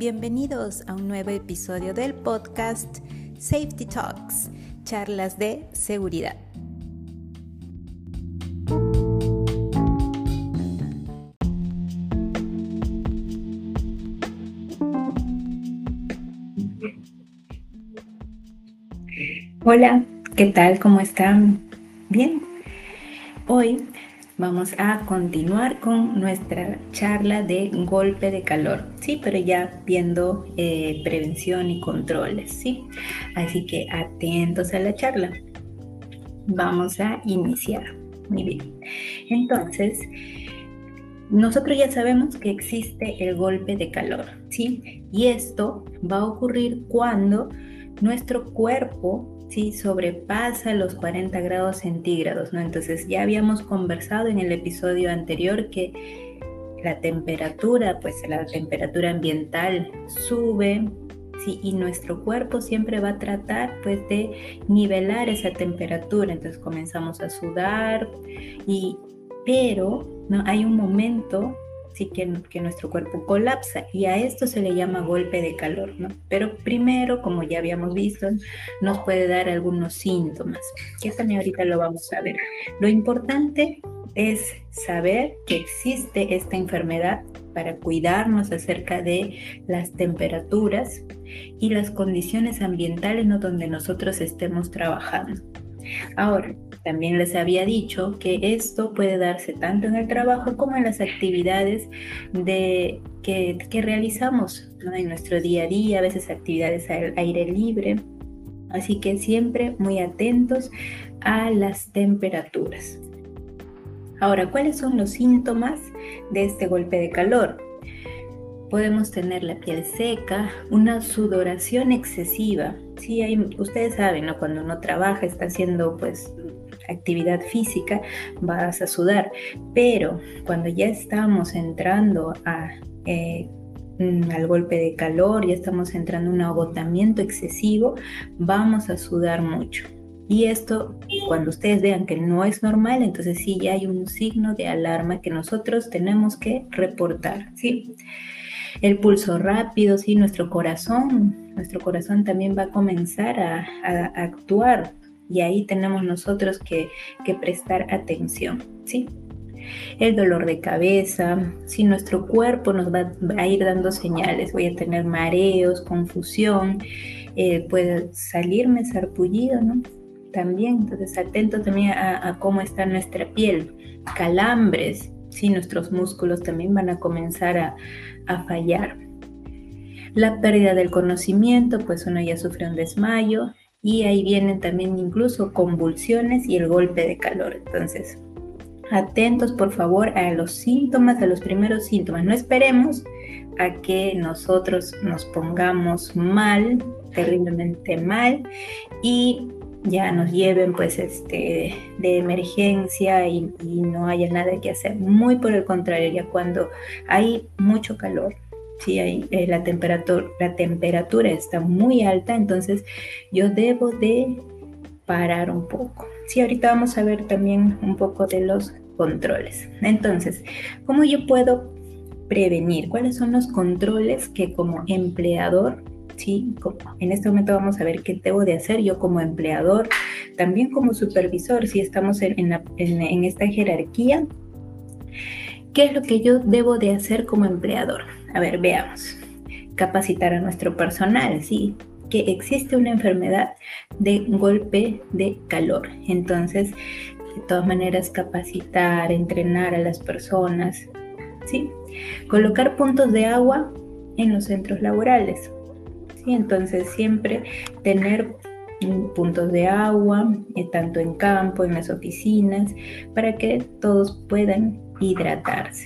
Bienvenidos a un nuevo episodio del podcast Safety Talks, charlas de seguridad. Hola, ¿qué tal? ¿Cómo están? ¿Bien? Hoy vamos a continuar con nuestra charla de golpe de calor, ¿sí? Pero ya viendo prevención y controles, ¿sí? Así que atentos a la charla. Vamos a iniciar. Muy bien. Entonces, nosotros ya sabemos que existe el golpe de calor, ¿sí? Y esto va a ocurrir cuando nuestro cuerpo, ¿sí?, sobrepasa los 40 grados centígrados, ¿no? Entonces ya habíamos conversado en el episodio anterior que la temperatura ambiental sube, ¿sí? Y nuestro cuerpo siempre va a tratar, pues, de nivelar esa temperatura. Entonces comenzamos a sudar, pero ¿no? Hay un momento, sí, que nuestro cuerpo colapsa, y a esto se le llama golpe de calor, ¿no? Pero primero, como ya habíamos visto, nos puede dar algunos síntomas, que también ahorita lo vamos a ver. Lo importante es saber que existe esta enfermedad para cuidarnos acerca de las temperaturas y las condiciones ambientales, ¿no?, donde nosotros estemos trabajando. Ahora, también les había dicho que esto puede darse tanto en el trabajo como en las actividades que realizamos, ¿no?, en nuestro día a día, a veces actividades al aire libre. Así que siempre muy atentos a las temperaturas. Ahora, ¿cuáles son los síntomas de este golpe de calor? Podemos tener la piel seca, una sudoración excesiva. Sí, ustedes saben, ¿no?, cuando uno trabaja, está haciendo, pues, actividad física, vas a sudar. Pero cuando ya estamos entrando al golpe de calor, ya estamos entrando a un agotamiento excesivo, vamos a sudar mucho. Y esto, cuando ustedes vean que no es normal, entonces sí ya hay un signo de alarma que nosotros tenemos que reportar, ¿sí? El pulso rápido, ¿sí? Nuestro corazón también va a comenzar a actuar, y ahí tenemos nosotros que prestar atención, ¿sí? El dolor de cabeza, ¿sí? Nuestro cuerpo nos va a ir dando señales. Voy a tener mareos, confusión, puede salirme sarpullido, ¿no? También, entonces atentos también a cómo está nuestra piel. Calambres, ¿sí? Nuestros músculos también van a comenzar a fallar. La pérdida del conocimiento, pues uno ya sufre un desmayo, y ahí vienen también incluso convulsiones y el golpe de calor. Entonces, atentos por favor a los síntomas, a los primeros síntomas. No esperemos a que nosotros nos pongamos mal, terriblemente mal, y ya nos lleven, pues, de emergencia y no haya nada que hacer. Muy por el contrario, ya cuando hay mucho calor, sí, la temperatura está muy alta, entonces yo debo de parar un poco. Sí, ahorita vamos a ver también un poco de los controles. Entonces, ¿cómo yo puedo prevenir? ¿Cuáles son los controles que como empleador, sí, en este momento vamos a ver qué debo de hacer yo como empleador, también como supervisor, si estamos en esta jerarquía? ¿Qué es lo que yo debo de hacer como empleador? A ver, veamos. Capacitar a nuestro personal, ¿sí?, que existe una enfermedad de golpe de calor. Entonces, de todas maneras, capacitar, entrenar a las personas, ¿sí? Colocar puntos de agua en los centros laborales, ¿sí? Entonces, siempre tener puntos de agua, tanto en campo, en las oficinas, para que todos puedan hidratarse.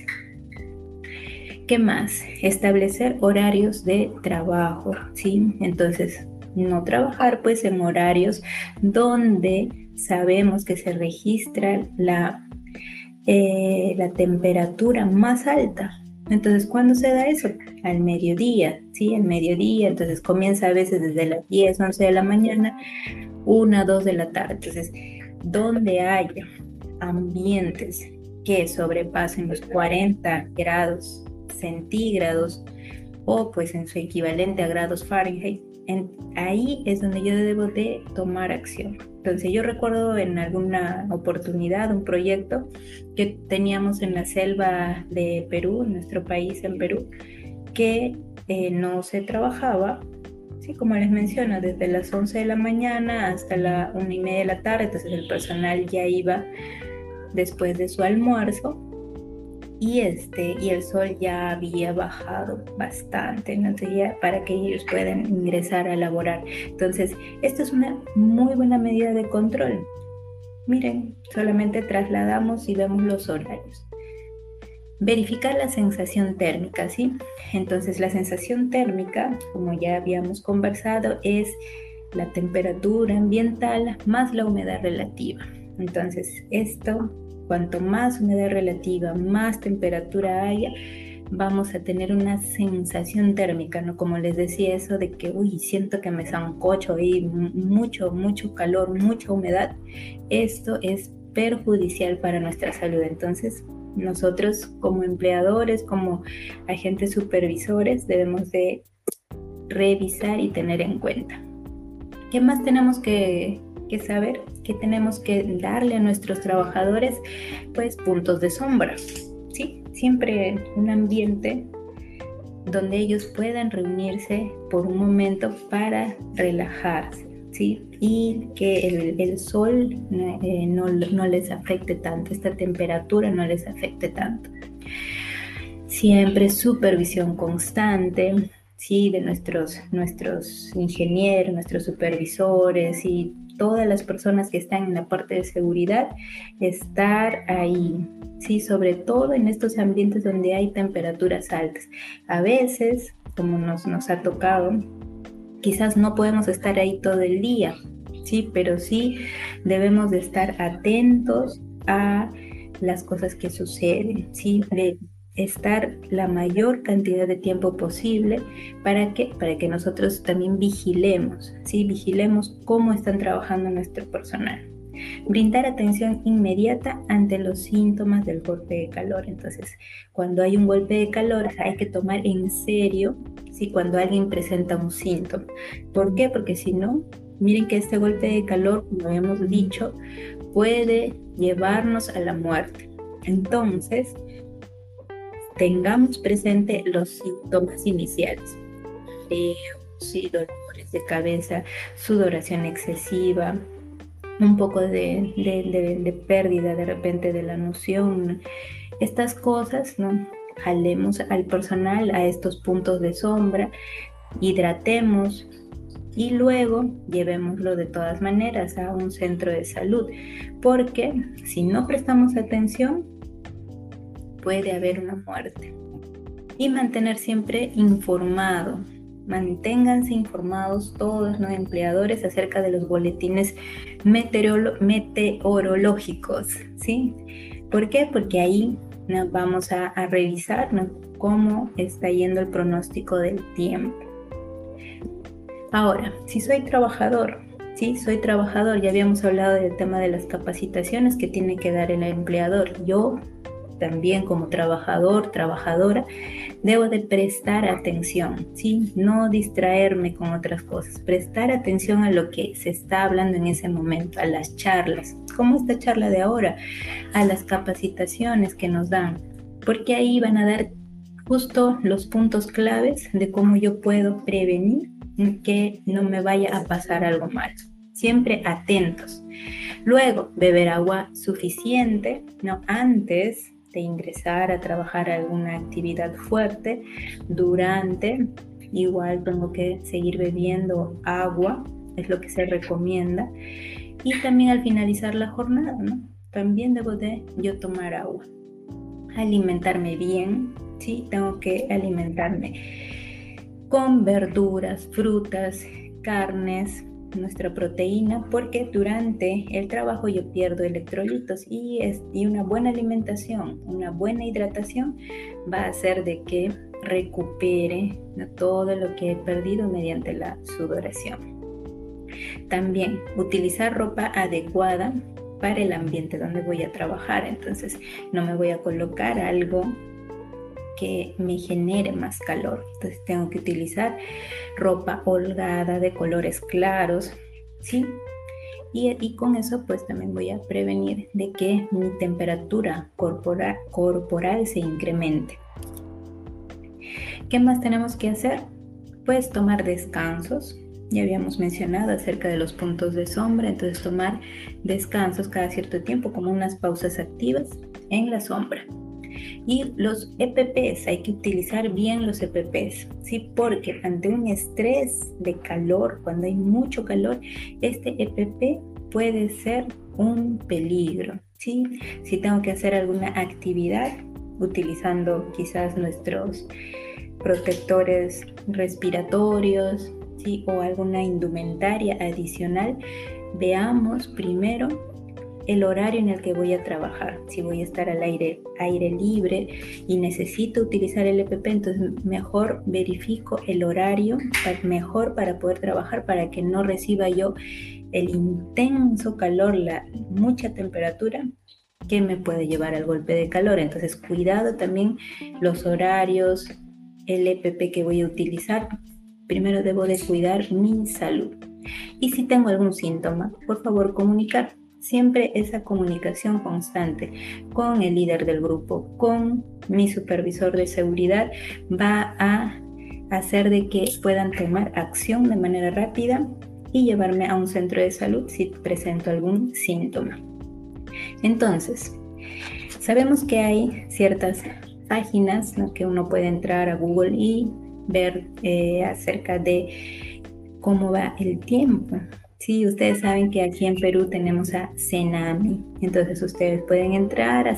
¿Qué más? Establecer horarios de trabajo, ¿sí? Entonces, no trabajar, pues, en horarios donde sabemos que se registra la temperatura más alta. Entonces, ¿cuándo se da eso? Al mediodía, ¿sí? Al mediodía, entonces comienza a veces desde las 10, 11 de la mañana, 1, 2 de la tarde. Entonces, donde haya ambientes que sobrepasen los 40 grados centígrados o pues en su equivalente a grados Fahrenheit. Ahí es donde yo debo de tomar acción. Entonces yo recuerdo en alguna oportunidad un proyecto que teníamos en la selva de Perú, en nuestro país en Perú, que no se trabajaba, sí, como les menciono, desde las 11 de la mañana hasta la 1:30 de la tarde. Entonces el personal ya iba después de su almuerzo y el sol ya había bajado bastante, ¿no? Entonces ya para que ellos puedan ingresar a laborar. Entonces, esto es una muy buena medida de control. Miren, solamente trasladamos y vemos los horarios. Verificar la sensación térmica, ¿sí? Entonces, la sensación térmica, como ya habíamos conversado, es la temperatura ambiental más la humedad relativa. Entonces, cuanto más humedad relativa, más temperatura haya, vamos a tener una sensación térmica, ¿no? Como les decía, eso de que, siento que me sancocho ahí, mucho calor, mucha humedad. Esto es perjudicial para nuestra salud. Entonces, nosotros como empleadores, como agentes supervisores, debemos de revisar y tener en cuenta. ¿Qué más tenemos que saber? ¿Qué tenemos que darle a nuestros trabajadores? Pues puntos de sombra, ¿sí? Siempre un ambiente donde ellos puedan reunirse por un momento para relajarse, ¿sí? Y que el sol no les afecte tanto, esta temperatura no les afecte tanto. Siempre supervisión constante, ¿sí? De nuestros ingenieros, nuestros supervisores y todas las personas que están en la parte de seguridad, estar ahí, ¿sí? Sobre todo en estos ambientes donde hay temperaturas altas. A veces, como nos ha tocado, quizás no podemos estar ahí todo el día, ¿sí? Pero sí debemos de estar atentos a las cosas que suceden, ¿sí? De estar la mayor cantidad de tiempo posible. ¿Para qué? Para que nosotros también vigilemos, ¿sí? Vigilemos cómo están trabajando nuestro personal. Brindar atención inmediata ante los síntomas del golpe de calor. Entonces, cuando hay un golpe de calor, hay que tomar en serio, ¿sí? Cuando alguien presenta un síntoma. ¿Por qué? Porque si no, miren que este golpe de calor, como hemos dicho, puede llevarnos a la muerte. Entonces, tengamos presente los síntomas iniciales. Sí, dolores de cabeza, sudoración excesiva, un poco de pérdida de repente de la noción. Estas cosas, ¿no? Jalemos al personal a estos puntos de sombra, hidratemos y luego llevémoslo de todas maneras a un centro de salud, porque si no prestamos atención, puede haber una muerte. Y mantener siempre informado. Manténganse informados todos los empleadores acerca de los boletines meteorológicos, ¿sí? ¿Por qué? Porque ahí nos vamos a revisar, ¿no?, cómo está yendo el pronóstico del tiempo. Ahora, si soy trabajador, ¿sí? Soy trabajador, ya habíamos hablado del tema de las capacitaciones que tiene que dar el empleador. Yo también como trabajador, trabajadora, debo de prestar atención, ¿sí? No distraerme con otras cosas, prestar atención a lo que se está hablando en ese momento, a las charlas, como esta charla de ahora, a las capacitaciones que nos dan, porque ahí van a dar justo los puntos claves de cómo yo puedo prevenir que no me vaya a pasar algo malo. Siempre atentos. Luego, beber agua suficiente, ¿no?, antes de ingresar a trabajar alguna actividad fuerte. Durante, igual tengo que seguir bebiendo agua, es lo que se recomienda. Y también al finalizar la jornada, ¿no?, también debo de yo tomar agua. Alimentarme bien, ¿sí? Tengo que alimentarme con verduras, frutas, carnes, nuestra proteína, porque durante el trabajo yo pierdo electrolitos y una buena alimentación, una buena hidratación va a hacer de que recupere, ¿no?, todo lo que he perdido mediante la sudoración. También utilizar ropa adecuada para el ambiente donde voy a trabajar. Entonces no me voy a colocar algo que me genere más calor. Entonces tengo que utilizar ropa holgada de colores claros, ¿sí? Y con eso pues también voy a prevenir de que mi temperatura corporal se incremente. ¿Qué más tenemos que hacer? Pues tomar descansos. Ya habíamos mencionado acerca de los puntos de sombra, entonces tomar descansos cada cierto tiempo, como unas pausas activas en la sombra. Y los EPPs, hay que utilizar bien los EPPs, ¿sí? Porque ante un estrés de calor, cuando hay mucho calor, este EPP puede ser un peligro, ¿sí? Si tengo que hacer alguna actividad utilizando quizás nuestros protectores respiratorios, ¿sí? O alguna indumentaria adicional, veamos primero el horario en el que voy a trabajar. Si voy a estar al aire libre y necesito utilizar el EPP, entonces mejor verifico el horario mejor para poder trabajar, para que no reciba yo el intenso calor, la mucha temperatura que me puede llevar al golpe de calor. Entonces cuidado también los horarios, el EPP que voy a utilizar. Primero debo de cuidar mi salud. Y si tengo algún síntoma, por favor comunicar. Siempre esa comunicación constante con el líder del grupo, con mi supervisor de seguridad, va a hacer de que puedan tomar acción de manera rápida y llevarme a un centro de salud si presento algún síntoma. Entonces, sabemos que hay ciertas páginas, ¿no?, que uno puede entrar a Google y ver acerca de cómo va el tiempo. Sí, ustedes saben que aquí en Perú tenemos a Cenami, entonces ustedes pueden entrar a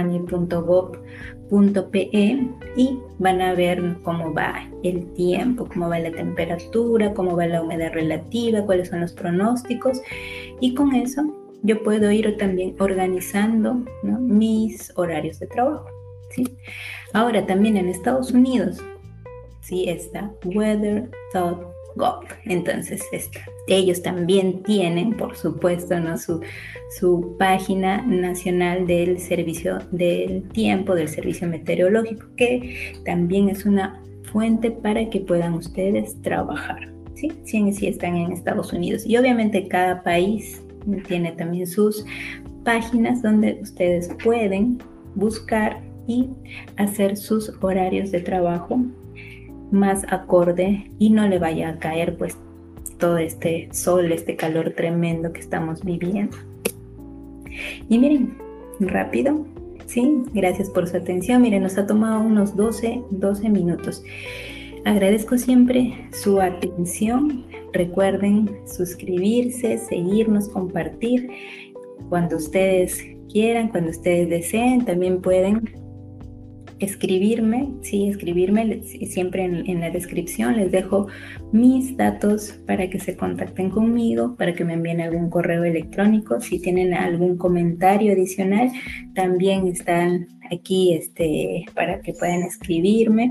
cenami.gov.pe y van a ver cómo va el tiempo, cómo va la temperatura, cómo va la humedad relativa, cuáles son los pronósticos, y con eso yo puedo ir también organizando, ¿no?, mis horarios de trabajo, ¿sí? Ahora también en Estados Unidos, sí, está weather.gov. Entonces ellos también tienen, por supuesto, ¿no?, su página nacional del servicio del tiempo, del servicio meteorológico, que también es una fuente para que puedan ustedes trabajar, ¿sí? Si están en Estados Unidos. Y obviamente cada país tiene también sus páginas donde ustedes pueden buscar y hacer sus horarios de trabajo más acorde y no le vaya a caer pues todo este sol, este calor tremendo que estamos viviendo. Y miren, rápido, ¿sí? Gracias por su atención. Miren, nos ha tomado unos 12 minutos. Agradezco siempre su atención. Recuerden suscribirse, seguirnos, compartir. Cuando ustedes quieran, cuando ustedes deseen, también pueden escribirme, siempre en la descripción les dejo mis datos para que se contacten conmigo, para que me envíen algún correo electrónico. Si tienen algún comentario adicional, también están aquí para que puedan escribirme.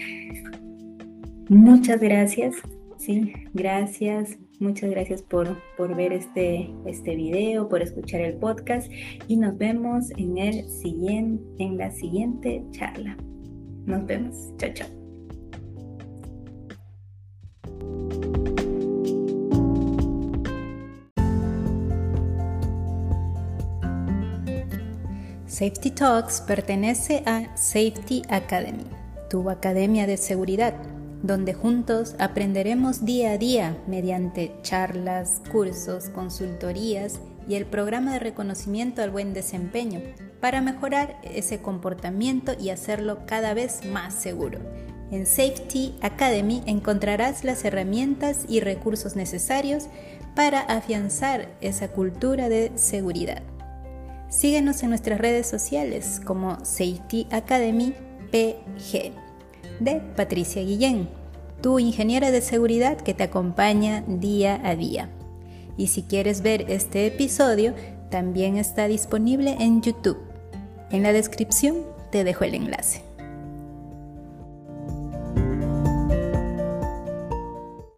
Muchas gracias, sí, gracias. Muchas gracias por ver este video, por escuchar el podcast, y nos vemos en la siguiente charla. Nos vemos. Chao, chao. Safety Talks pertenece a Safety Academy, tu academia de seguridad, donde juntos aprenderemos día a día mediante charlas, cursos, consultorías y el programa de reconocimiento al buen desempeño para mejorar ese comportamiento y hacerlo cada vez más seguro. En Safety Academy encontrarás las herramientas y recursos necesarios para afianzar esa cultura de seguridad. Síguenos en nuestras redes sociales como Safety Academy PG. De Patricia Guillén, tu ingeniera de seguridad que te acompaña día a día. Y si quieres ver este episodio, también está disponible en YouTube. En la descripción te dejo el enlace.